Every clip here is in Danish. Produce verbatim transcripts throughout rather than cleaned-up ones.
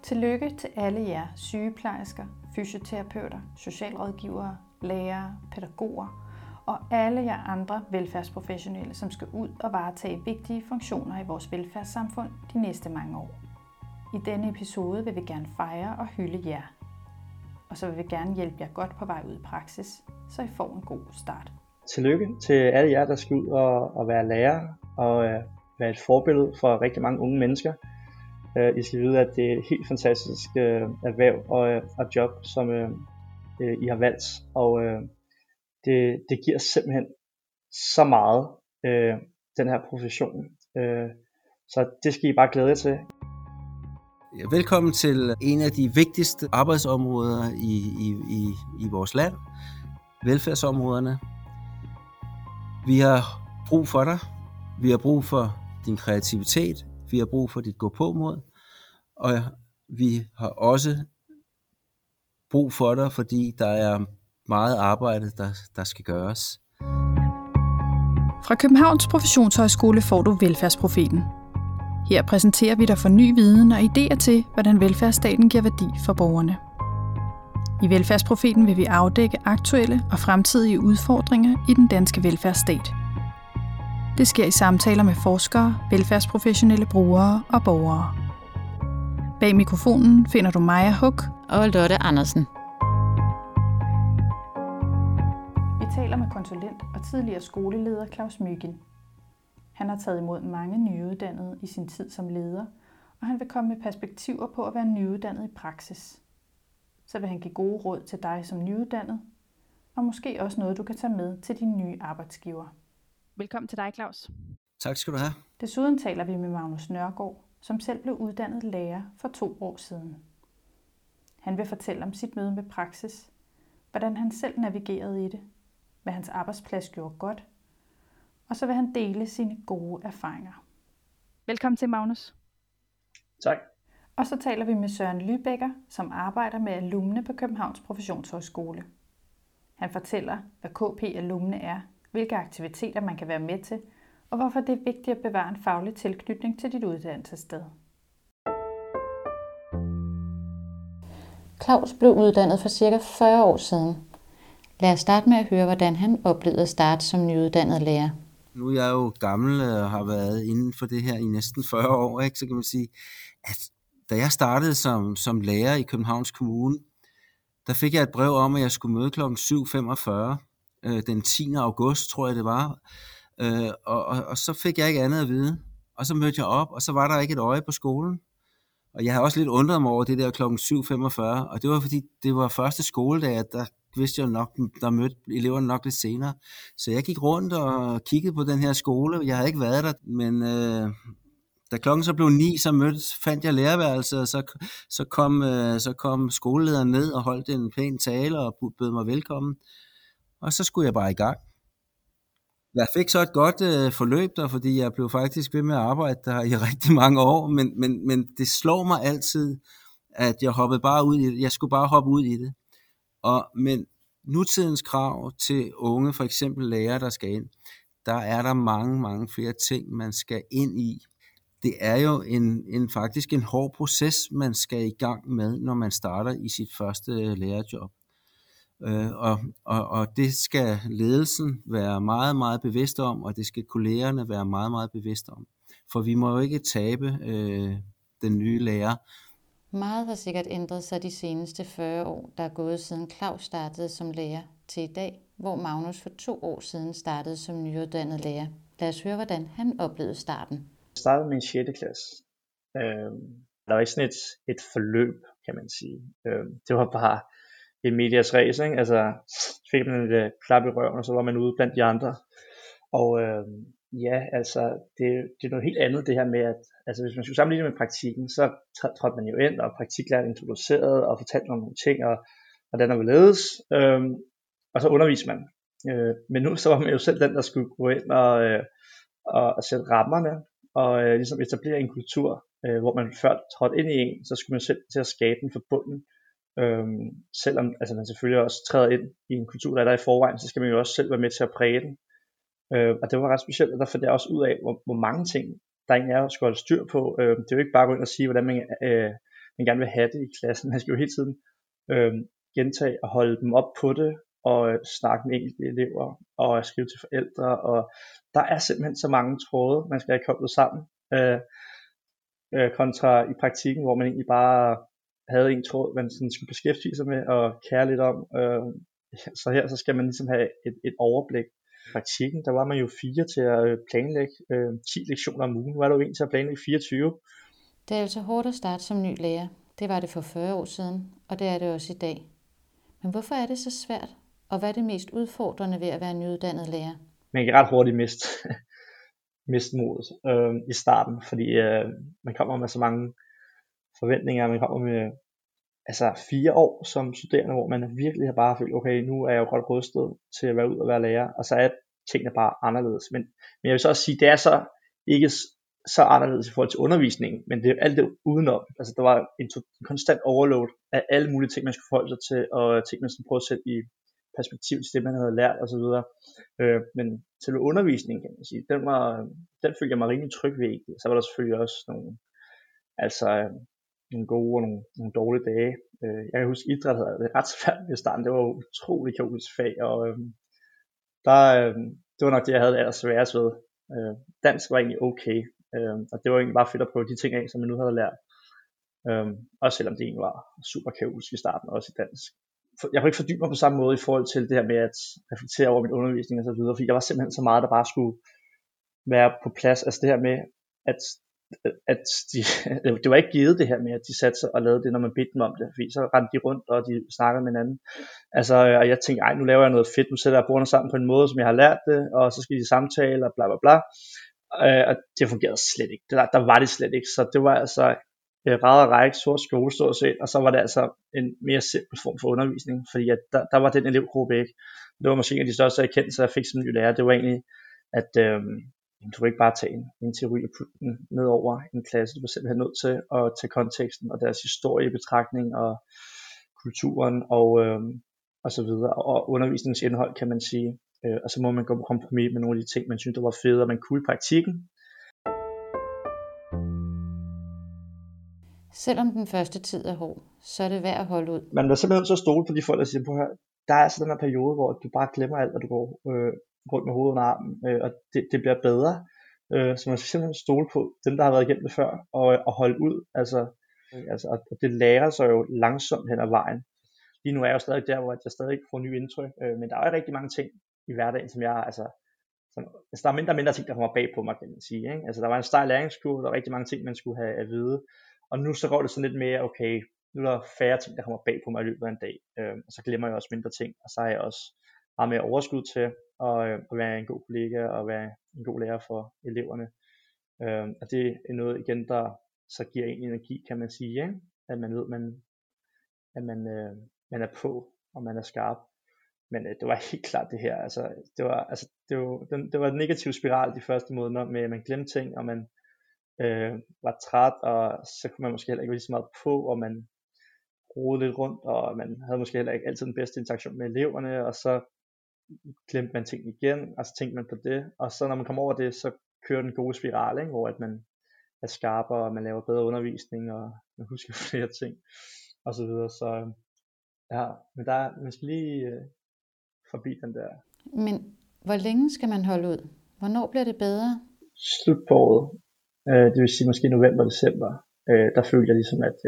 Tillykke til alle jer sygeplejersker, fysioterapeuter, socialrådgivere, lærere, pædagoger og alle jer andre velfærdsprofessionelle, som skal ud og varetage vigtige funktioner i vores velfærdssamfund de næste mange år. I denne episode vil vi gerne fejre og hylde jer. Og så vil vi gerne hjælpe jer godt på vej ud i praksis, så I får en god start. Tillykke til alle jer, der skal ud og, og være lærer og øh, være et forbillede for rigtig mange unge mennesker. I skal vide, at det er et helt fantastisk øh, erhverv og, øh, og job, som øh, øh, I har valgt. Og øh, det, det giver simpelthen så meget, øh, den her profession. Øh, så det skal I bare glæde jer til. Velkommen til en af de vigtigste arbejdsområder i, i, i, i vores land. Velfærdsområderne. Vi har brug for dig. Vi har brug for din kreativitet. Vi har brug for dit gå-på-mod, og vi har også brug for dig, fordi der er meget arbejde, der, der skal gøres. Fra Københavns Professionshøjskole får du Velfærdsprofeten. Her præsenterer vi dig for ny viden og idéer til, hvordan velfærdsstaten giver værdi for borgerne. I Velfærdsprofeten vil vi afdække aktuelle og fremtidige udfordringer i den danske velfærdsstat. Det sker i samtaler med forskere, velfærdsprofessionelle brugere og borgere. Bag mikrofonen finder du Maja Huk og Lotte Andersen. Vi taler med konsulent og tidligere skoleleder Claus Mygind. Han har taget imod mange nyuddannede i sin tid som leder, og han vil komme med perspektiver på at være nyuddannet i praksis. Så vil han give gode råd til dig som nyuddannet, og måske også noget, du kan tage med til din nye arbejdsgiver. Velkommen til dig, Claus. Tak skal du have. Desuden taler vi med Magnus Nørgaard, som selv blev uddannet lærer for to år siden. Han vil fortælle om sit møde med praksis, hvordan han selv navigerede i det, hvad hans arbejdsplads gjorde godt, og så vil han dele sine gode erfaringer. Velkommen til, Magnus. Tak. Og så taler vi med Søren Lybækker, som arbejder med alumne på Københavns Professionshøjskole. Han fortæller, hvad K P-alumne er, hvilke aktiviteter man kan være med til, og hvorfor det er vigtigt at bevare en faglig tilknytning til dit uddannelsessted. Claus blev uddannet for cirka fyrre år siden. Lad os starte med at høre, hvordan han oplevede at starte som nyuddannet lærer. Nu er jeg jo gammel og har været inden for det her i næsten fyrre år, ikke? Så kan man sige, at da jeg startede som, som lærer i Københavns Kommune, der fik jeg et brev om, at jeg skulle møde klokken syv femogfyrre. Den tiende august, tror jeg det var, øh, og, og, og så fik jeg ikke andet at vide, og så mødte jeg op, og så var der ikke et øje på skolen, og jeg har også lidt undret mig over det der klokken syv femogfyrre, og det var fordi, det var første skoledag, at der vidste jeg nok, der mødte eleverne nok lidt senere, så jeg gik rundt og kiggede på den her skole, jeg havde ikke været der, men øh, da klokken så blev ni, så mødte, fandt jeg lærerværelset, og så, så, kom, øh, så kom skolelederen ned og holdt en pæn tale og bød mig velkommen. Og så skulle jeg bare i gang. Jeg fik så et godt øh, forløb der, fordi jeg blev faktisk ved med at arbejde der i rigtig mange år, men, men, men det slår mig altid, at jeg hoppede bare ud i det. Jeg skulle bare hoppe ud i det. Og, men nutidens krav til unge, for eksempel lærere, der skal ind, der er der mange, mange flere ting, man skal ind i. Det er jo en, en faktisk en hård proces, man skal i gang med, når man starter i sit første lærerjob. Øh, og, og, og det skal ledelsen være meget, meget bevidst om, og det skal kollegerne være meget, meget bevidst om. For vi må jo ikke tabe øh, den nye lærer. Meget har sikkert ændret sig de seneste fyrre år, der er gået siden Claus startede som lærer til i dag, hvor Magnus for to år siden startede som nyuddannet lærer. Lad os høre, hvordan han oplevede starten. Jeg startede med en sjette klasse. Øh, der var ikke sådan et, et forløb, kan man sige. Øh, det var bare i medias race, ikke? Altså, så fik man et uh, klap i røven, og så var man ude blandt de andre. Og øh, ja, altså, det, det er noget helt andet det her med, at altså, hvis man skulle sammenligne med praktikken, så trådte man jo ind, og praktiklæreren introducerede og fortalte om nogle ting, og hvordan der ville ledes, øh, og så underviste man. Øh, men nu så var man jo selv den, der skulle gå ind og, øh, og, og sætte rammerne, og øh, ligesom etablere en kultur, øh, hvor man før trådte ind i en, så skulle man selv til at skabe den fra bunden. Øhm, selvom altså man selvfølgelig også træder ind i en kultur, der er der i forvejen, så skal man jo også selv være med til at præge den. Øh, og det var ret specielt, og der fandt jeg også ud af, hvor, hvor mange ting der egentlig er at skulle holde styr på. Øh, det er jo ikke bare at gå ind og sige, hvordan man øh, man gerne vil have det i klassen. Man skal jo hele tiden øh, gentage og holde dem op på det, og øh, snakke med enkelte elever, og skrive til forældre, og der er simpelthen så mange tråde, man skal have koblet sammen, øh, øh, kontra i praktikken, hvor man egentlig bare havde en tråd, man sådan skulle beskæftige sig med og kære lidt om. Øh, så her så skal man ligesom have et, et overblik. I praktikken, der var man jo fire til at planlægge øh, ti lektioner om ugen. Nu var der jo en til at planlægge fireogtyve. Det er altså hårdt at starte som ny lærer. Det var det for fyrre år siden, og det er det også i dag. Men hvorfor er det så svært? Og hvad er det mest udfordrende ved at være nyuddannet lærer? Man kan ret hurtigt miste, miste modet øh, i starten, fordi øh, man kommer med så mange forventninger. Man kommer med altså fire år som studerende, hvor man virkelig har bare følt, okay, nu er jeg jo godt rustet til at være ud og være lærer, og så er tingene bare anderledes. Men, men jeg vil så også sige, det er så ikke så anderledes i forhold til undervisningen, men det er alt det udenom. Altså der var en, en konstant overload af alle mulige ting, man skulle forholde sig til, og ting, man skulle prøve at sætte i perspektiv til det, man havde lært osv. Øh, men til undervisningen, kan man sige, den, var, den følte jeg mig rimelig tryg ved. Så var der selvfølgelig også nogle, altså, nogle gode og nogle, nogle dårlige dage. Øh, jeg kan huske, idræt havde det ret svært i starten. Det var jo utrolig kaotisk fag, og øh, der, øh, det var nok det, jeg havde det allersværest ved. Øh, dansk var egentlig okay, øh, og det var egentlig bare fedt at prøve de ting af, som jeg nu havde lært. Øh, også selvom det egentlig var super kaotisk i starten, også i dansk. Jeg kunne ikke fordybe mig på samme måde i forhold til det her med at reflektere over min undervisning og så videre, fordi jeg var simpelthen så meget, der bare skulle være på plads. Altså det her med, at, at de, det var ikke givet det her med, at de satte sig og lavede det, når man bedte dem om det, fordi så rendte de rundt, og de snakkede med hinanden. Altså, og jeg tænkte, ej, nu laver jeg noget fedt, nu sætter jeg bordene sammen på en måde, som jeg har lært det, og så skal de samtale, og bla bla bla. Og det fungerede slet ikke. Der, der var det slet ikke, så det var altså ræd og række, sort skole stort set, og så var det altså en mere simpel form for undervisning, fordi at der, der var den elevgruppe ikke. Det var måske en af de største erkendelser, jeg fik som ny lærer. Det var egentlig, at øhm, du kunne ikke bare tage en, en teori og putte den ned over en klasse. Du var simpelthen nødt til at tage konteksten og deres historie i betragtning, og kulturen og, øhm, og så videre, og undervisningsindhold, kan man sige. Øh, og så må man gå på kompromis med nogle af de ting, man synes, der var fede, og man kunne i praktikken. Selvom den første tid er hård, så er det værd at holde ud. Man er simpelthen så stole på de folk, der siger på her. Der er altså den her periode, hvor du bare glemmer alt, og du går øh, rundt med hovedet under armen, øh, og det, det bliver bedre. Øh, så man skal simpelthen stole på dem, der har været igennem det før, og, og holde ud. Altså, øh, altså, og det lærer sig jo langsomt hen ad vejen. Lige nu er jeg jo stadig der, hvor jeg stadig får nye indtryk, øh, men der er jo rigtig mange ting i hverdagen, som jeg altså, sådan, altså der er mindre og mindre ting, der kommer bag på mig, kan man sige. Ikke? Altså der var en stejl læringskurve, der var rigtig mange ting, man skulle have at vide. Og nu så går det sådan lidt mere, okay, nu er der færre ting, der kommer bag på mig i løbet af en dag. Øh, og så glemmer jeg også mindre ting, og så har jeg også meget mere overskud til at, øh, at være en god kollega og være en god lærer for eleverne. Øh, og det er noget igen, der så giver en energi, kan man sige, ikke? At man ved, man, at man, øh, man er på, og man er skarp. Men øh, det var helt klart det her. Altså, det var, altså, det var, den, det var en negativ spiral de første måneder med, at man glemte ting, og man Øh, var træt, og så kunne man måske heller ikke være lige så meget på, og man rodede lidt rundt, og man havde måske heller ikke altid den bedste interaktion med eleverne, og så glemte man ting igen, og så tænkte man på det, og så når man kommer over det, så kører den gode spiral, ikke? Hvor at man er skarpere, og man laver bedre undervisning, og man husker flere ting, og så videre, så ja, men der, man skal lige øh, forbi den der. Men hvor længe skal man holde ud? Hvornår bliver det bedre? Slut på året. Det vil sige måske november, december, der følte jeg ligesom, at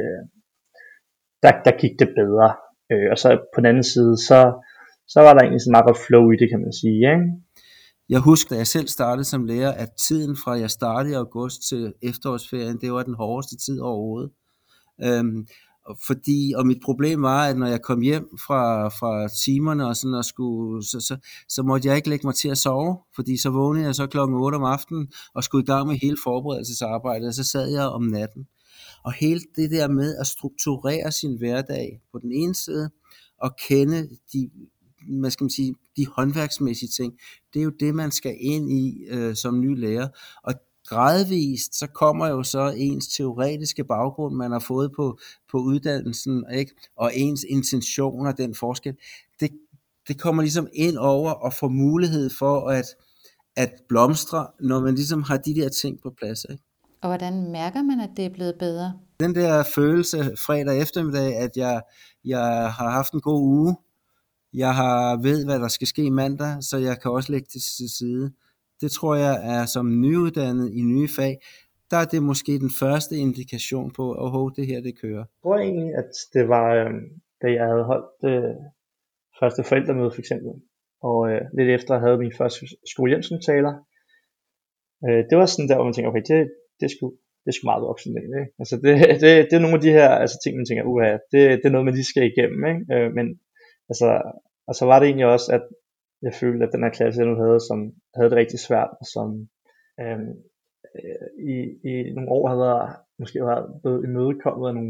der, der gik det bedre. Og så på den anden side, så, så var der egentlig så meget flow i det, kan man sige. Ikke? Jeg husker, da jeg selv startede som lærer, at tiden fra jeg startede i august til efterårsferien, det var den hårdeste tid overhovedet. Øhm, fordi, og mit problem var, at når jeg kom hjem fra, fra timerne og sådan og skulle, så, så, så måtte jeg ikke lægge mig til at sove, fordi så vågnede jeg så klokken otte om aftenen og skulle i gang med hele forberedelsesarbejdet, og så sad jeg om natten. Og hele det der med at strukturere sin hverdag på den ene side, og kende de, hvad skal man sige, de håndværksmæssige ting, det er jo det, man skal ind i øh, som ny lærer. Og gradvist, så kommer jo så ens teoretiske baggrund, man har fået på, på uddannelsen, ikke? Og ens intentioner, den forskel, det, det kommer ligesom ind over og får mulighed for at, at blomstre, når man ligesom har de der ting på plads, ikke? Og hvordan mærker man, at det er blevet bedre? Den der følelse fredag eftermiddag, at jeg, jeg har haft en god uge, jeg har ved, hvad der skal ske mandag, så jeg kan også lægge det til side. Det tror jeg er som nyuddannet i nye fag, der er det måske den første indikation på, at oh, det her det kører. Jeg tror egentlig, at det var, øh, da jeg havde holdt det øh, første forældremøde for eksempel, og øh, lidt efter jeg havde min første skolehjemsamtaler. Øh, det var sådan der, hvor man tænker, okay, det, det er sgu, det er sgu meget voksen, ikke? Altså det, det, det er nogle af de her altså, ting, man tænker, uha, det, det er noget, man lige skal igennem, ikke? Øh, men altså, og så var det egentlig også, at jeg følte, at den her klasse, jeg nu havde, som havde det rigtig svært, og som øh, i, i nogle år havde været, måske været blevet imødekommet af nogle,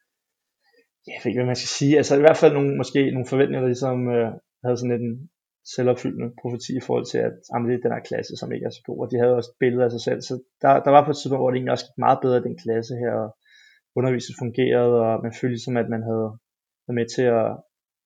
jeg ved ikke, hvad man skal sige, altså i hvert fald nogle, måske nogle forventninger, der ligesom øh, havde sådan en selvopfyldende profeti i forhold til, at jamen, det er den her klasse, som ikke er så god, og de havde også et billede af sig selv, så der, der var på et tidspunkt, hvor det egentlig også gik meget bedre i den klasse her, og undervisningen fungerede, og man følte ligesom, at man havde været med til at,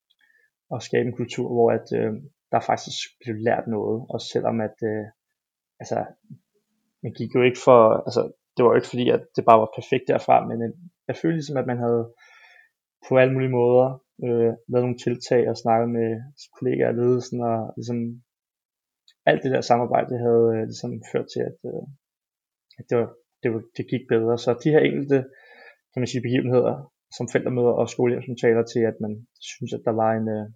at skabe en kultur, hvor at, øh, der faktisk blev lært noget, også selvom at, øh, altså, man gik jo ikke for, altså, det var jo ikke fordi, at det bare var perfekt derfra, men øh, jeg følte ligesom, at man havde på alle mulige måder øh, lavet nogle tiltag og snakket med kollegaer og ledelsen, og ligesom alt det der samarbejde, det havde øh, ligesom ført til, at, øh, at det, var, det, var, det gik bedre. Så de her enkelte, kan man sige, begivenheder, som forældremøder og skolehjemsamtaler til, at man synes, at der var en, øh,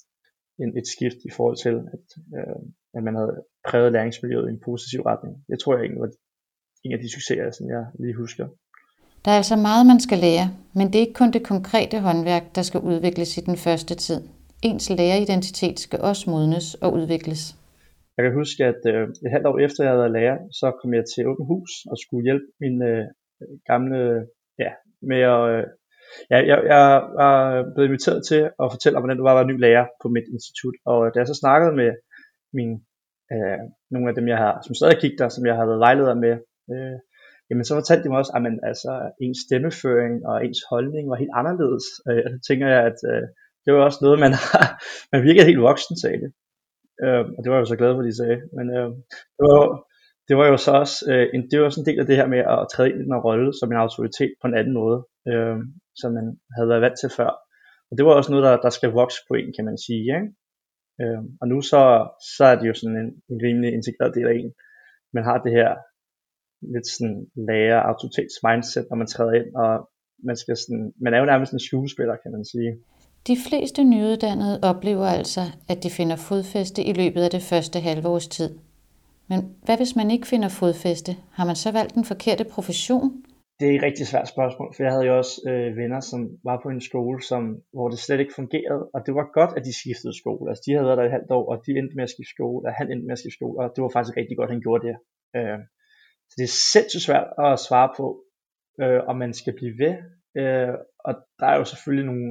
en, et skift i forhold til, at, øh, at man havde præget læringsmiljøet i en positiv retning. Jeg tror jeg egentlig var en af de succeser, som jeg lige husker. Der er altså meget, man skal lære, men det er ikke kun det konkrete håndværk, der skal udvikles i den første tid. Ens læreridentitet skal også modnes og udvikles. Jeg kan huske, at øh, et halvt år efter jeg havde været lærer, så kom jeg til Åbent Hus og skulle hjælpe mine øh, gamle, ja, med at, øh, ja, jeg, jeg var blevet inviteret til at fortælle om, hvordan det var at være ny lærer på mit institut. Og da jeg så snakkede med mine, øh, nogle af dem, jeg har, som stadig gik der, som jeg har været vejleder med, øh, jamen så fortalte de mig også, at man, altså, ens stemmeføring og ens holdning var helt anderledes. Øh, og så tænker jeg, at øh, det var også noget, man har, man virkede helt voksen, sagde det. Øh, og det var jeg jo så glad for, de sagde. Men øh, det, var, det var jo så også, øh, en, det var også en del af det her med at træde ind i den rolle som en autoritet på en anden måde, øh, som man havde været vant til før. Og det var også noget, der, der skal vokse på en, kan man sige. Ikke? Øh, og nu så, så er det jo sådan en, en rimelig integreret del af en. Man har det her lidt sådan lærer autoritets mindset, når man træder ind, og man skal sådan, man er jo nærmest en skuespiller, kan man sige. De fleste nyuddannede oplever altså, at de finder fodfæste i løbet af det første halve års tid. Men hvad hvis man ikke finder fodfæste? Har man så valgt den forkerte profession? Det er et rigtig svært spørgsmål, for jeg havde jo også øh, venner, som var på en skole, som, hvor det slet ikke fungerede, og det var godt, at de skiftede skole. Altså de havde været der et halvt år, og de endte med at skifte skole, og han endte med at skifte skole, og det var faktisk rigtig godt, at han gjorde det. Øh, Så det er sindssygt svært at svare på, øh, om man skal blive ved. Øh, og der er jo selvfølgelig nogle,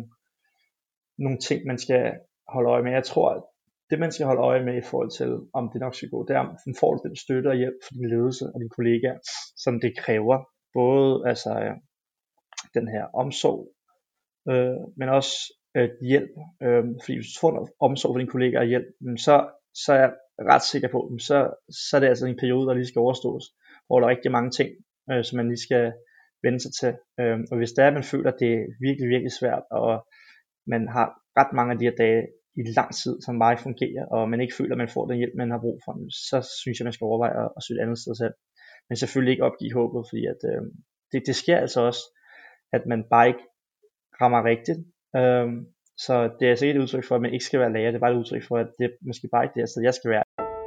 nogle ting, man skal holde øje med. Jeg tror, at det man skal holde øje med i forhold til, om det nok skal gå, det er, om man får den støtte og hjælp fra din ledelse og dine kollegaer, som det kræver. Både altså, den her omsorg, øh, men også øh, hjælp. Øh, fordi hvis du får noget omsorg for dine kollegaer og hjælp, så, så er jeg ret sikker på, så, så er det altså en periode, der lige skal overstås, hvor der er rigtig mange ting, øh, som man lige skal vende sig til. Øh, og hvis det er, at man føler, at det er virkelig, virkelig svært, og man har ret mange af de her dage i lang tid, som bare ikke fungerer, og man ikke føler, at man får den hjælp, man har brug for, så synes jeg, man skal overveje at, at søge et andet sted selv. Men selvfølgelig ikke opgive håbet, fordi at, øh, det, det sker altså også, at man bare ikke rammer rigtigt. Øh, så det er altså ikke et udtryk for, at man ikke skal være lærer, det er bare et udtryk for, at det er måske bare ikke det sted, jeg skal være.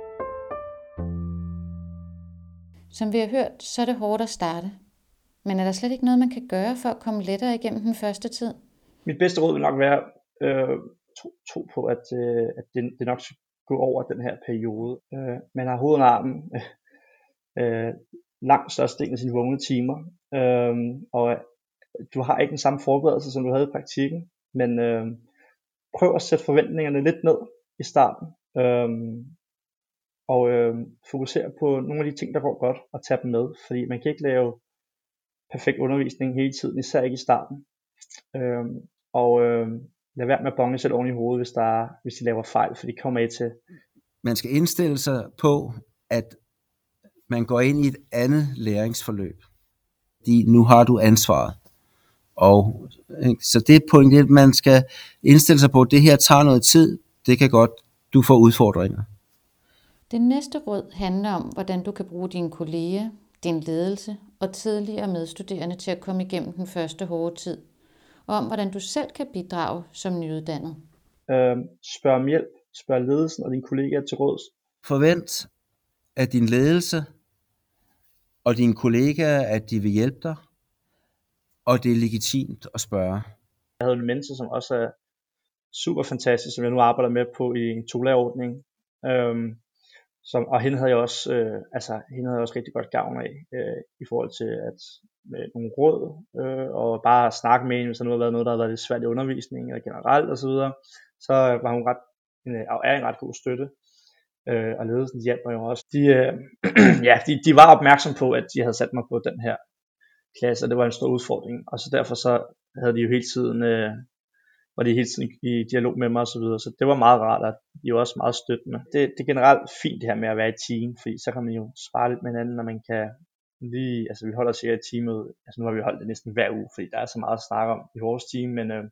Som vi har hørt, så er det hårdt at starte. Men er der slet ikke noget, man kan gøre for at komme lettere igennem den første tid? Mit bedste råd vil nok være øh, tro, tro på, at, øh, at det, det nok skal gå over den her periode. Øh, man har hovedet og armen øh, langt størstedelen af sine vågne timer, øh, og du har ikke den samme forberedelse, som du havde i praktikken, men øh, prøv at sætte forventningerne lidt ned i starten. Øh, og øh, fokusere på nogle af de ting, der går godt, og tage dem med, fordi man kan ikke lave perfekt undervisning hele tiden, især ikke i starten. Øh, og øh, lad være med at bonge selv oven i hovedet, hvis, der er, hvis de laver fejl, for de kommer I til. Man skal indstille sig på, at man går ind i et andet læringsforløb. fordi nu har du ansvaret. Og, ikke? Så det er pointet, man skal indstille sig på, det her tager noget tid, det kan godt, du får udfordringer. Det næste råd handler om, hvordan du kan bruge dine kolleger, din ledelse og tidligere medstuderende til at komme igennem den første hårde tid, og om hvordan du selv kan bidrage som nyuddannet. Øh, spørg om hjælp, spørg ledelsen og dine kollegaer til råds. Forvent af din ledelse og dine kollegaer, at de vil hjælpe dig, og det er legitimt at spørge. Jeg havde en mentor, som også er super fantastisk, som jeg nu arbejder med på i en to-lærerordning. Øhm, som, og hende havde jeg også, øh, altså, hende havde jeg også rigtig godt gavn af, øh, i forhold til at med nogle råd, øh, og bare snakke med hende, hvis der nu har været noget, der har været lidt svært i undervisningen, eller generelt osv., så, så var hun ret, en, er en ret god støtte. Øh, og ledelsen hjalp mig jo også. De, øh, ja, de, de var opmærksom på, at de havde sat mig på den her klasse, og det var en stor udfordring. Og så derfor så havde de jo hele tiden, øh, var de hele tiden i dialog med mig og så videre. Så det var meget rart, at de var også meget støttende. Det, det er generelt fint det her med at være i team, fordi så kan man jo spare lidt med hinanden, når man kan lige, altså vi holder sikkert et teamet, altså nu har vi holdt det næsten hver uge, fordi der er så meget at snakke om i vores team, men øh,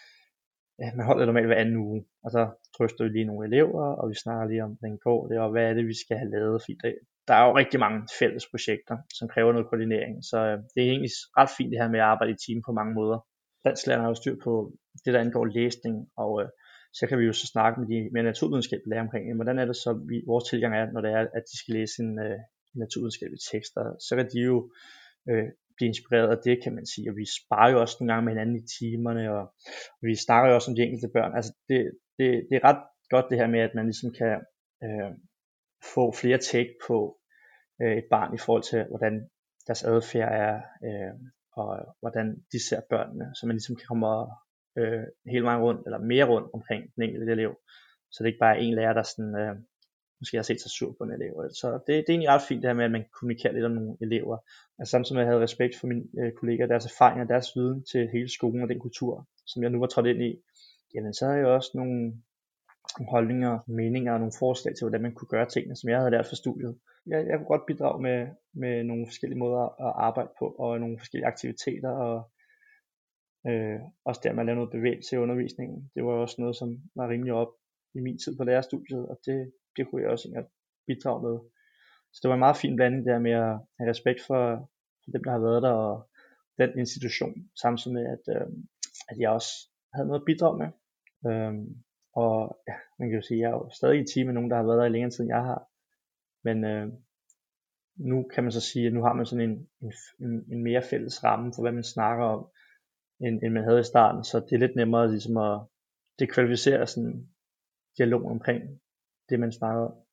ja, man holder det normalt hver anden uge, og så drøfter vi lige nogle elever, og vi snakker lige om, hvordan går det, og hvad er det, vi skal have lavet, fordi det, der er jo rigtig mange fælles projekter, som kræver noget koordinering, så øh, det er egentlig ret fint det her med at arbejde i team på mange måder. Dansklærerne har jo styr på det, der angår læsning, og øh, så kan vi jo så snakke med de mere naturvidenskabelige lærere omkring, jamen, hvordan er det så, vi, vores tilgang er, når det er, at de skal læse en øh, naturvidenskabelige tekster, så kan de jo øh, blive inspireret af det, kan man sige, og vi sparer jo også nogle gange med hinanden i timerne, og vi snakker jo også om de enkelte børn, altså det, det, det er ret godt det her med, at man ligesom kan øh, få flere take på øh, et barn i forhold til, hvordan deres adfærd er, øh, og hvordan de ser børnene, så man ligesom kan komme øh, hele vejen rundt, eller mere rundt omkring den enkelte elev, så det ikke bare er en lærer, der sådan, øh, måske har set sig sur på en elev. Så det, det er egentlig ret fint det her med, at man kommunikerer lidt om nogle elever, og samtidig med at jeg havde respekt for mine øh, kollegaer, deres erfaringer, deres viden til hele skolen og den kultur, som jeg nu var trådt ind i, jamen så har jeg også nogle holdninger, meninger og nogle forslag til, hvordan man kunne gøre tingene, som jeg havde lært fra studiet. Jeg, jeg kunne godt bidrage med, med nogle forskellige måder at arbejde på, og nogle forskellige aktiviteter, og øh, også der med at lave noget bevægelse i undervisningen. Det var også noget, som var rimelig op i min tid på lærerstudiet, og det, det kunne jeg også ikke bidrage med. Så det var en meget fin blanding der med at have respekt for, for dem, der har været der, og den institution, samtidig med, at, øh, at jeg også havde noget at bidrage med. Øh, Og ja, man kan jo sige, at jeg er jo stadig i team med nogen, der har været der i længere tid, end jeg har. Men øh, nu kan man så sige, at nu har man sådan en, en, en mere fælles ramme for, hvad man snakker om, end, end man havde i starten. Så det er lidt nemmere ligesom at dekvalificere sådan dialog omkring det, man snakker om.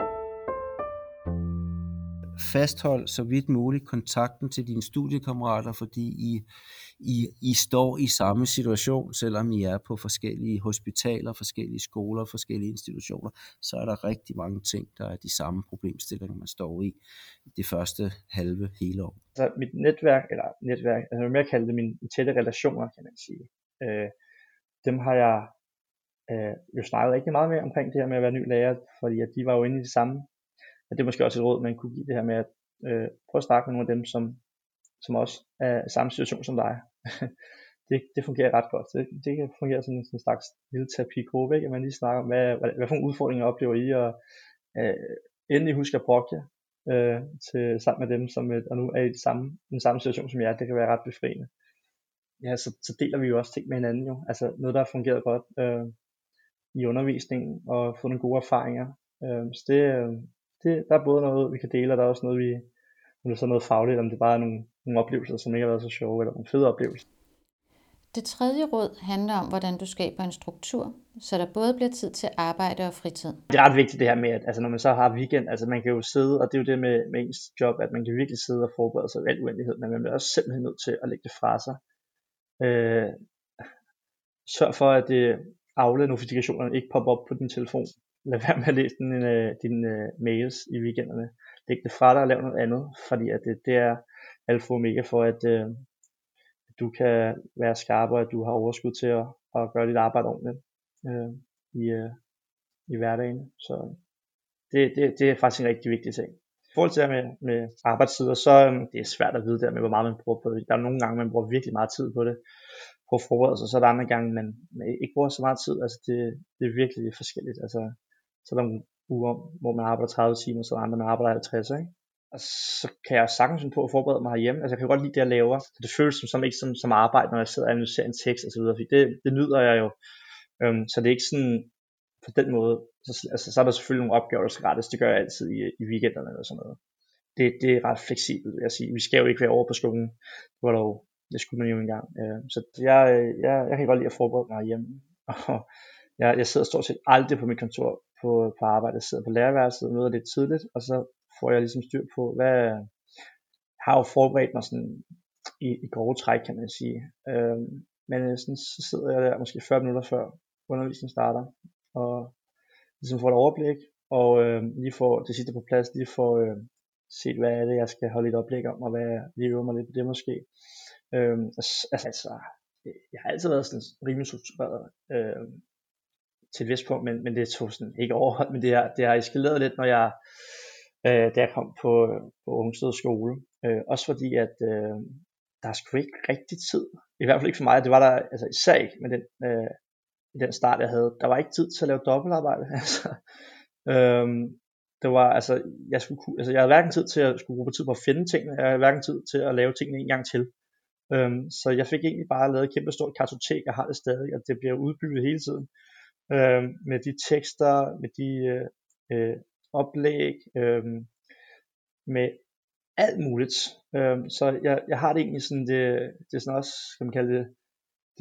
Fasthold så vidt muligt kontakten til dine studiekammerater, fordi I, I, I står i samme situation, selvom I er på forskellige hospitaler, forskellige skoler, forskellige institutioner, så er der rigtig mange ting, der er de samme problemstillinger, man står i det første halve hele år. Så mit netværk, eller netværk, altså jeg vil mere kalde det mine tætte relationer, kan man sige, øh, dem har jeg øh, jo snakket rigtig meget med omkring det her med at være ny lærer, fordi at de var jo inde i det samme. Og det er måske også et råd, man kunne give det her med at øh, prøve at snakke med nogle af dem, som, som også er i samme situation som dig. det, det fungerer ret godt. Det, det kan fungere som en, en slags lille terapigruppe, at man lige snakker om, hvad, hvad, hvad for nogle udfordringer oplever I, og øh, endelig husk at brokke jer øh, til, sammen med dem, som og nu er i det samme, den samme situation som jer. Det kan være ret befriende. Ja, så, så deler vi jo også ting med hinanden jo. Altså noget, der har fungeret godt øh, i undervisningen, og få nogle gode erfaringer. Øh, så det øh, Det, der er både noget, vi kan dele, og der er også noget, vi, om det er så noget fagligt, om det bare er nogle, nogle oplevelser, som ikke har været så sjove, eller nogle fede oplevelser. Det tredje råd handler om, hvordan du skaber en struktur, så der både bliver tid til arbejde og fritid. Det er ret vigtigt det her med, at altså, når man så har weekend, altså man kan jo sidde, og det er jo det med, med ens job, at man kan virkelig sidde og forberede sig af al uendelighed, men man bliver også simpelthen nødt til at lægge det fra sig. Øh, sørg for, at det afle notifikationerne ikke popper op på din telefon. Lad være med at læse dine, dine mails i weekenderne. Læg det fra dig og lav noget andet, fordi at det, det er alfa og omega for, at øh, du kan være skarp, og at du har overskud til at, at gøre dit arbejde ordentligt øh, i, øh, i hverdagen. Så det, det, det er faktisk en rigtig vigtig ting. I forhold til det med, med arbejdstider, så øhm, det er svært at vide der med, hvor meget man bruger på det. Der er nogle gange, man bruger virkelig meget tid på det, på at forberede sig, så er der andre gange, man, man ikke bruger så meget tid. Altså det, det er virkelig forskelligt. Altså, så er der nogle uger, hvor man arbejder tredive timer, så er der andre, man arbejder halvtreds, ikke? Og så kan jeg sagtens finde på at forberede mig herhjemme. Altså jeg kan godt lide det, jeg laver. Så det føles som, som ikke som, som arbejde, når jeg sidder og analyserer en tekst og så videre. Fordi det, det nyder jeg jo. Øhm, så det er ikke sådan på den måde. Så, altså, så er der selvfølgelig nogle opgaver, der skal rettes. Det gør jeg altid i, i weekenderne eller sådan noget. Det, det er ret fleksibelt, vil jeg sige. Vi skal jo ikke være over på skolen. Det var dog, det skulle man jo engang. Øh, så jeg, jeg, jeg kan godt lide at forberede mig hjemme. Og jeg, jeg sidder stort set aldrig på mit kontor på, på arbejde. Jeg sidder på lærerværelset og møder lidt tidligt, og så får jeg ligesom styr på, hvad jeg har jo forberedt mig sådan i, i grove træk, kan man sige. Øh, men sådan, så sidder jeg der måske fyrre minutter før undervisningen starter, og ligesom får et overblik, og øh, lige får det sidste på plads, lige får øh, set, hvad er det, jeg skal holde et oplæg om, og hvad jeg lige øver mig lidt på det måske. Øh, altså, jeg har altid været sådan rimelig struktureret øh, til et vist punkt, men, men det tog sådan ikke overholdt, men det har, det har eskaleret lidt, når jeg, øh, da jeg kom på, på Rungsted skole. Øh, også fordi, at øh, der er sgu ikke rigtig tid, i hvert fald ikke for mig, det var der altså især ikke med den, øh, i den start, jeg havde. Der var ikke tid til at lave dobbeltarbejde, altså. Øhm, det var, altså, jeg skulle, altså, jeg havde hverken tid til at skulle bruge tid på at finde tingene, jeg havde hverken tid til at lave tingene en gang til. Øhm, så jeg fik egentlig bare lavet et kæmpe stort kartotek, og har det stadig, og det bliver udbygget hele tiden. Øhm, med de tekster, med de øh, øh, oplæg, øh, med alt muligt. Øhm, så jeg, jeg har det egentlig sådan, det, det er sådan også, skal man kalde det, det,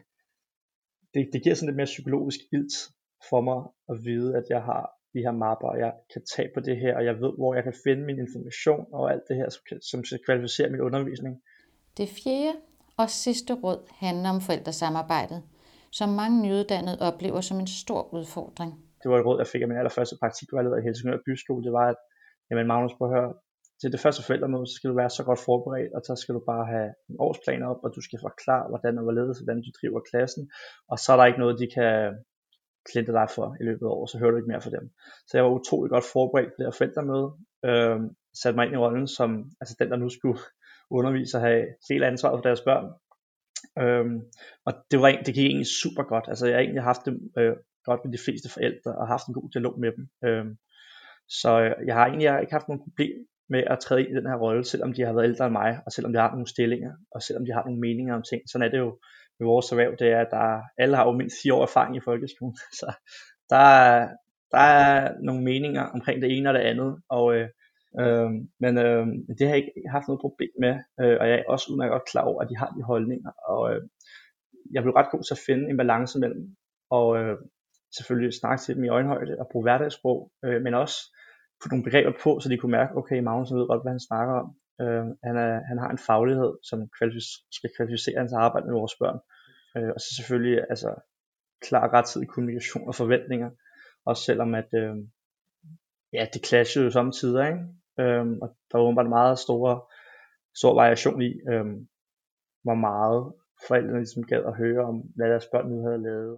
det, det giver sådan lidt mere psykologisk ilt for mig at vide, at jeg har de her mapper, og jeg kan tage på det her, og jeg ved, hvor jeg kan finde min information og alt det her, som, som skal kvalificere min undervisning. Det fjerde og sidste råd handler om forældresamarbejdet, som mange nyuddannede oplever som en stor udfordring. Det var et råd, jeg fik af min allerførste praktikvejleder i Helsingør Byskole. Det var, at jamen Magnus, prøv at høre, til det første forældremøde, så skal du være så godt forberedt, og så skal du bare have en årsplan op, og du skal forklare, hvordan og hvorledes, hvordan du driver klassen, og så er der ikke noget, de kan klinte dig for i løbet af året, så hører du ikke mere fra dem. Så jeg var utrolig godt forberedt på det her forældremøde, øh, satte mig ind i rollen som altså den, der nu skulle undervise og have helt ansvaret for deres børn. Øh, og det, var, det gik egentlig super godt. Altså jeg har egentlig haft det øh, godt med de fleste forældre, og haft en god dialog med dem. Øh, så jeg har egentlig jeg har ikke haft nogen problem med at træde ind i den her rolle, selvom de har været ældre end mig, og selvom de har nogle stillinger, og selvom de har nogle meninger om ting. Sådan er det jo med vores erhverv, det er, at der, alle har jo mindst fire år erfaring i folkeskolen, så der er, der er nogle meninger omkring det ene og det andet, og, øh, øh, men øh, det har jeg ikke haft noget problem med, øh, og jeg er også udmærket godt klar over, at de har de holdninger, og øh, jeg blev ret god til at finde en balance mellem, og øh, selvfølgelig snakke til dem i øjenhøjde, og bruge hverdagssprog, øh, men også få nogle begreber på, så de kunne mærke, okay, Magnus ved godt, hvad han snakker om. Øh, han, er, han har en faglighed, som kvalific- skal kvalificere hans arbejde med vores børn. Øh, og så selvfølgelig altså, klar rettidig kommunikation og forventninger. Også selvom, at øh, ja, det clasher jo samtidig, ikke? Øh, og der var åbenbart meget store, stor variation i, øh, hvor meget forældrene ligesom gad at høre om, hvad deres børn nu havde lavet.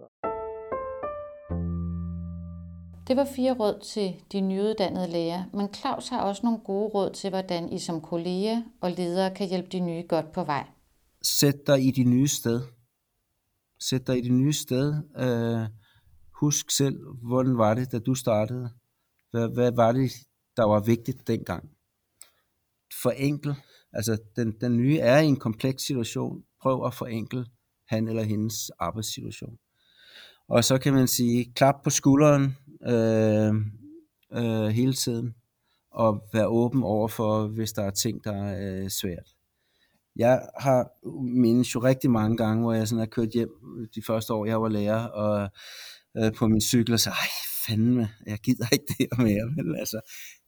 Det var fire råd til de nyuddannede lærere, men Claus har også nogle gode råd til, hvordan I som kolleger og ledere kan hjælpe de nye godt på vej. Sæt dig i de nye sted. Sæt dig i det nye sted. Uh, husk selv, hvordan var det, da du startede? Hvad, hvad var det, der var vigtigt dengang? Forenkle. Altså, den, den nye er i en kompleks situation. Prøv at forenkle han eller hendes arbejdssituation. Og så kan man sige, klap på skulderen øh, øh, hele tiden, og være åben over for, hvis der er ting, der er øh, svært. Jeg har mindes jo rigtig mange gange, hvor jeg sådan har kørt hjem de første år, jeg var lærer, og øh, på min cykel, og så, ej, fandme, jeg gider ikke det mere, men altså.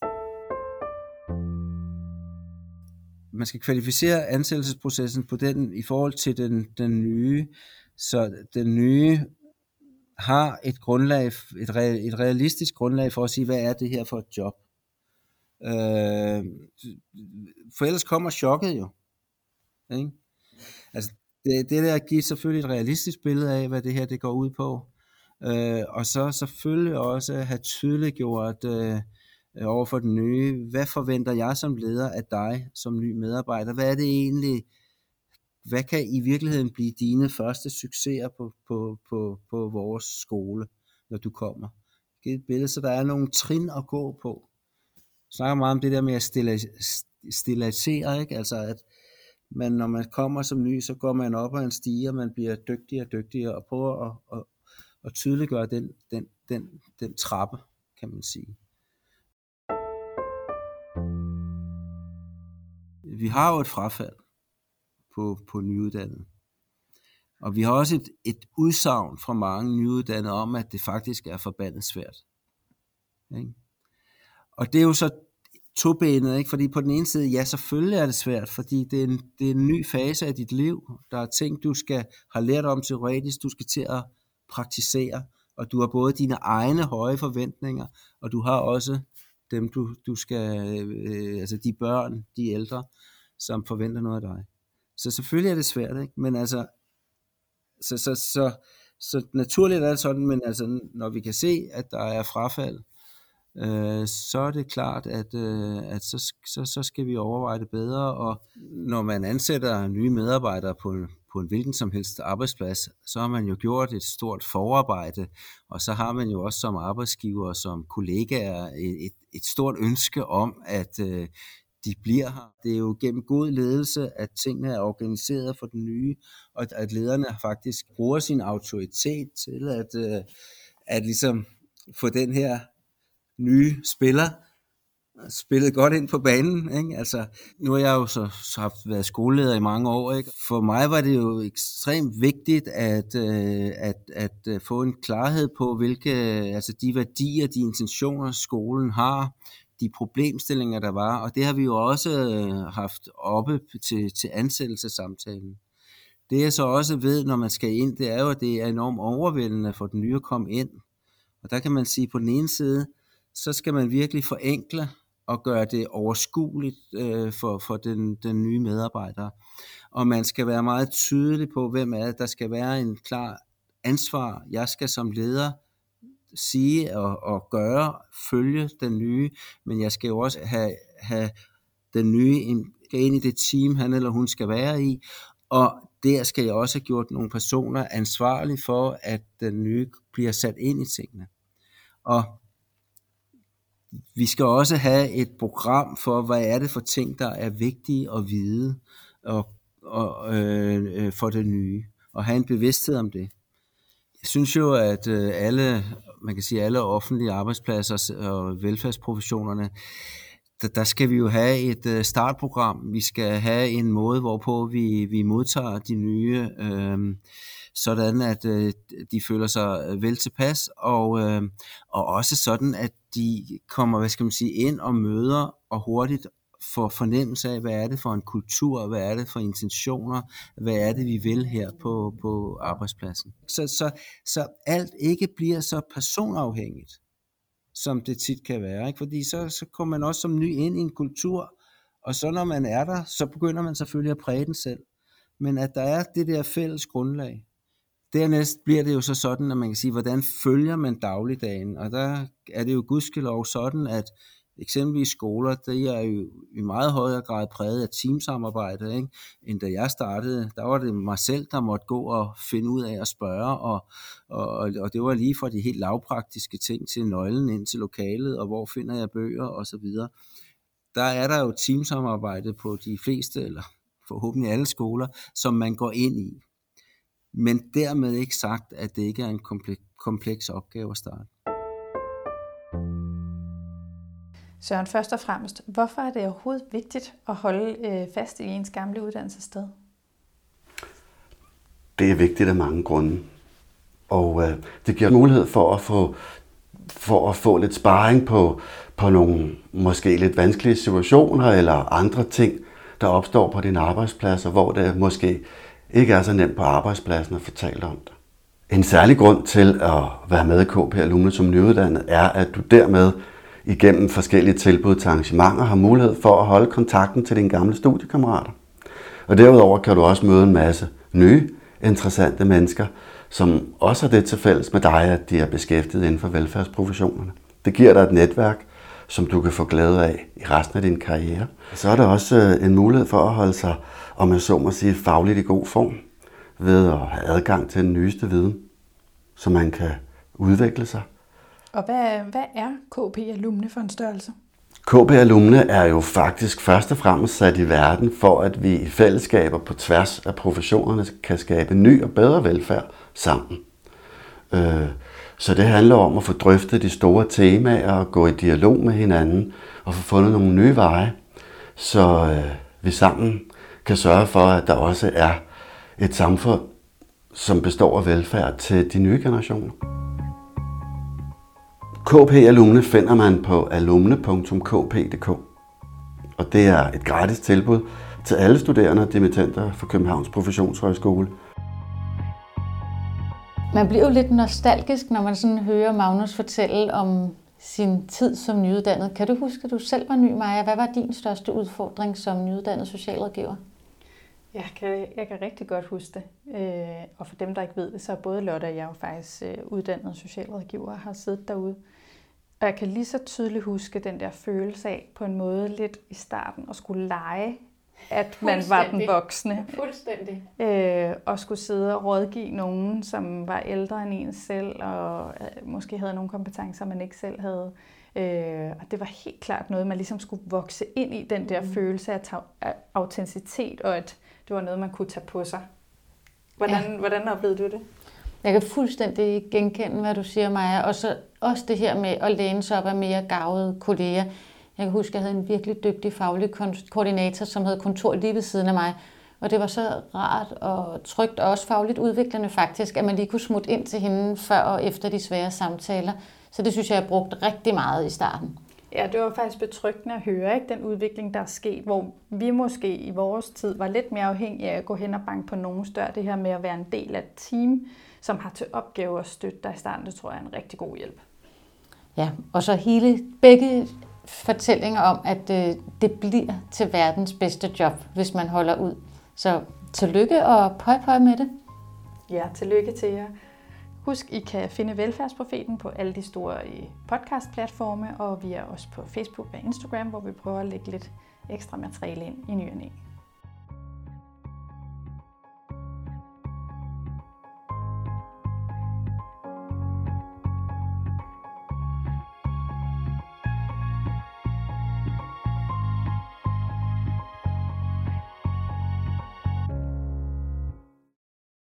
Man skal kvalificere ansættelsesprocessen på den, i forhold til den, den nye, så den nye har et grundlag, et, re, et realistisk grundlag for at sige, hvad er det her for et job? Øh, for ellers kommer chokket jo. Ikke? Altså, det, det der giver selvfølgelig et realistisk billede af, hvad det her det går ud på. Øh, og så selvfølgelig også have tydeliggjort, øh, øh, over for den nye. Hvad forventer jeg som leder af dig som ny medarbejder? Hvad er det egentlig? Hvad kan i virkeligheden blive dine første succeser på, på, på, på vores skole, når du kommer? Giv et billede, så der er nogle trin at gå på. Jeg snakker meget om det der med at stillatisere, ikke? Altså at man, når man kommer som ny, så går man op ad en stige, og man bliver dygtigere og dygtigere, og prøver at, at, at tydeliggøre den, den, den, den trappe, kan man sige. Vi har jo et frafald på, på nyuddannede. Og vi har også et, et udsagn fra mange nyuddannede om, at det faktisk er forbandet svært. Ikke? Og det er jo så tobenet, ikke? Fordi på den ene side, ja, selvfølgelig er det svært, fordi det er, en, det er en ny fase af dit liv. Der er ting, du skal have lært om teoretisk, du skal til at praktisere, og du har både dine egne høje forventninger, og du har også dem, du, du skal, øh, altså de børn, de ældre, som forventer noget af dig. Så selvfølgelig er det svært, ikke? Men altså, så, så, så, så naturligt er det sådan, men altså, når vi kan se, at der er frafald, øh, så er det klart, at, øh, at så, så, så skal vi overveje det bedre, og når man ansætter nye medarbejdere på, på en hvilken som helst arbejdsplads, så har man jo gjort et stort forarbejde, og så har man jo også som arbejdsgiver og som kollegaer et, et, et stort ønske om, at øh, de bliver her. Det er jo gennem god ledelse, at tingene er organiseret for den nye, og at lederne faktisk bruger sin autoritet til at, at ligesom få den her nye spiller spillet godt ind på banen. Ikke? Altså, nu har jeg jo så, så haft været skoleleder i mange år. Ikke? For mig var det jo ekstremt vigtigt at, at, at få en klarhed på, hvilke altså de værdier, de intentioner, skolen har, de problemstillinger, der var, og det har vi jo også haft oppe til, til ansættelsessamtalen. Det jeg så også ved, når man skal ind, det er jo, at det er enormt overvældende for den nye at komme ind. Og der kan man sige, på den ene side, så skal man virkelig forenkle og gøre det overskueligt øh, for, for den, den nye medarbejder. Og man skal være meget tydelig på, hvem er det. Der skal være en klar ansvar. Jeg skal som leder sige og, og gøre, følge den nye, men jeg skal jo også have, have den nye ind, ind i det team, han eller hun skal være i, og der skal jeg også have gjort nogle personer ansvarlige for, at den nye bliver sat ind i tingene. Og vi skal også have et program for, hvad er det for ting, der er vigtige at vide og, og, øh, for det nye, og have en bevidsthed om det. Jeg synes jo, at alle, man kan sige, alle offentlige arbejdspladser og velfærdsprofessionerne, der, der skal vi jo have et startprogram. Vi skal have en måde, hvorpå vi, vi modtager de nye, øh, sådan at øh, de føler sig vel tilpas, og, øh, og også sådan, at de kommer, hvad skal man sige, ind og møder og hurtigt får fornemmelse af, hvad er det for en kultur, hvad er det for intentioner, hvad er det, vi vil her på, på arbejdspladsen. Så, så, så alt ikke bliver så personafhængigt, som det tit kan være. Ikke? Fordi så, så kommer man også som ny ind i en kultur, og så når man er der, så begynder man selvfølgelig at præge den selv. Men at der er det der fælles grundlag. Dernæst bliver det jo så sådan, at man kan sige, hvordan følger man dagligdagen? Og der er det jo gudskelov sådan, at eksempelvis skoler, det er jo i meget højere grad præget af teamsamarbejde, ikke? End da jeg startede. Der var det mig selv, der måtte gå og finde ud af at spørge, og, og, og det var lige fra de helt lavpraktiske ting til nøglen ind til lokalet, og hvor finder jeg bøger og så videre. Der er der jo teamsamarbejde på de fleste, eller forhåbentlig alle skoler, som man går ind i. Men dermed ikke sagt, at det ikke er en kompleks, kompleks opgave at starte. Søren, først og fremmest, hvorfor er det overhovedet vigtigt at holde øh, fast i ens gamle uddannelsessted? Det er vigtigt af mange grunde. Og øh, det giver mulighed for at få, for at få lidt sparring på, på nogle måske lidt vanskelige situationer eller andre ting, der opstår på din arbejdsplads, og hvor det måske ikke er så nemt på arbejdspladsen at fortælle om det. En særlig grund til at være med i K P Alumne som nyuddannet er, at du dermed igennem forskellige tilbud til arrangementer har mulighed for at holde kontakten til dine gamle studiekammerater. Og derudover kan du også møde en masse nye, interessante mennesker, som også har det til fælles med dig, at de er beskæftiget inden for velfærdsprofessionerne. Det giver dig et netværk, som du kan få glæde af i resten af din karriere. Så er der også en mulighed for at holde sig, om jeg så må sige, fagligt i god form, ved at have adgang til den nyeste viden, så man kan udvikle sig. Og hvad, hvad er K P Alumne for en størrelse? K P Alumne er jo faktisk først og fremmest sat i verden for, at vi i fællesskaber på tværs af professionerne kan skabe ny og bedre velfærd sammen. Så det handler om at få drøftet de store temaer og gå i dialog med hinanden og få fundet nogle nye veje, så vi sammen kan sørge for, at der også er et samfund, som består af velfærd til de nye generationer. K P Alumne finder man på alumne punktum k p punktum d k, og det er et gratis tilbud til alle studerende og dimittenter fra Københavns Professionshøjskole. Man bliver jo lidt nostalgisk, når man sådan hører Magnus fortælle om sin tid som nyuddannet. Kan du huske, at du selv var ny, Maja? Hvad var din største udfordring som nyuddannet socialrådgiver? Jeg kan, jeg kan rigtig godt huske det. Øh, og for dem, der ikke ved det, så er både Lotte og jeg jo faktisk øh, uddannet socialrådgiver og har siddet derude. Og jeg kan lige så tydeligt huske den der følelse af på en måde lidt i starten at skulle lege, at man var den voksne. Fuldstændig. Øh, og skulle sidde og rådgive nogen, som var ældre end en selv, og øh, måske havde nogle kompetencer, man ikke selv havde. Øh, og det var helt klart noget, man ligesom skulle vokse ind i, den der mm. følelse af, af autenticitet, og at det var noget, man kunne tage på sig. Hvordan, ja. hvordan oplevede du det? Jeg kan fuldstændig genkende, hvad du siger, Maja. Og så også det her med at læne sig op af mere gavede kolleger. Jeg kan huske, at jeg havde en virkelig dygtig faglig koordinator, som havde kontor lige ved siden af mig. Og det var så rart og trygt og også fagligt udviklende faktisk, at man lige kunne smutte ind til hende før og efter de svære samtaler. Så det synes jeg, jeg brugte rigtig meget i starten. Ja, det var faktisk betryggende at høre, ikke? Den udvikling, der er sket, hvor vi måske i vores tid var lidt mere afhængige af at gå hen og banke på nogens dør. Det her med at være en del af et team, som har til opgave at støtte dig i starten, det tror jeg er en rigtig god hjælp. Ja, og så hele begge fortællinger om, at øh, det bliver til verdens bedste job, hvis man holder ud. Så tillykke og pøj pøj med det. Ja, tillykke til jer. Husk, I kan finde Velfærdsprofeten på alle de store podcastplatforme, og vi er også på Facebook og Instagram, hvor vi prøver at lægge lidt ekstra materiale ind i ny og næ.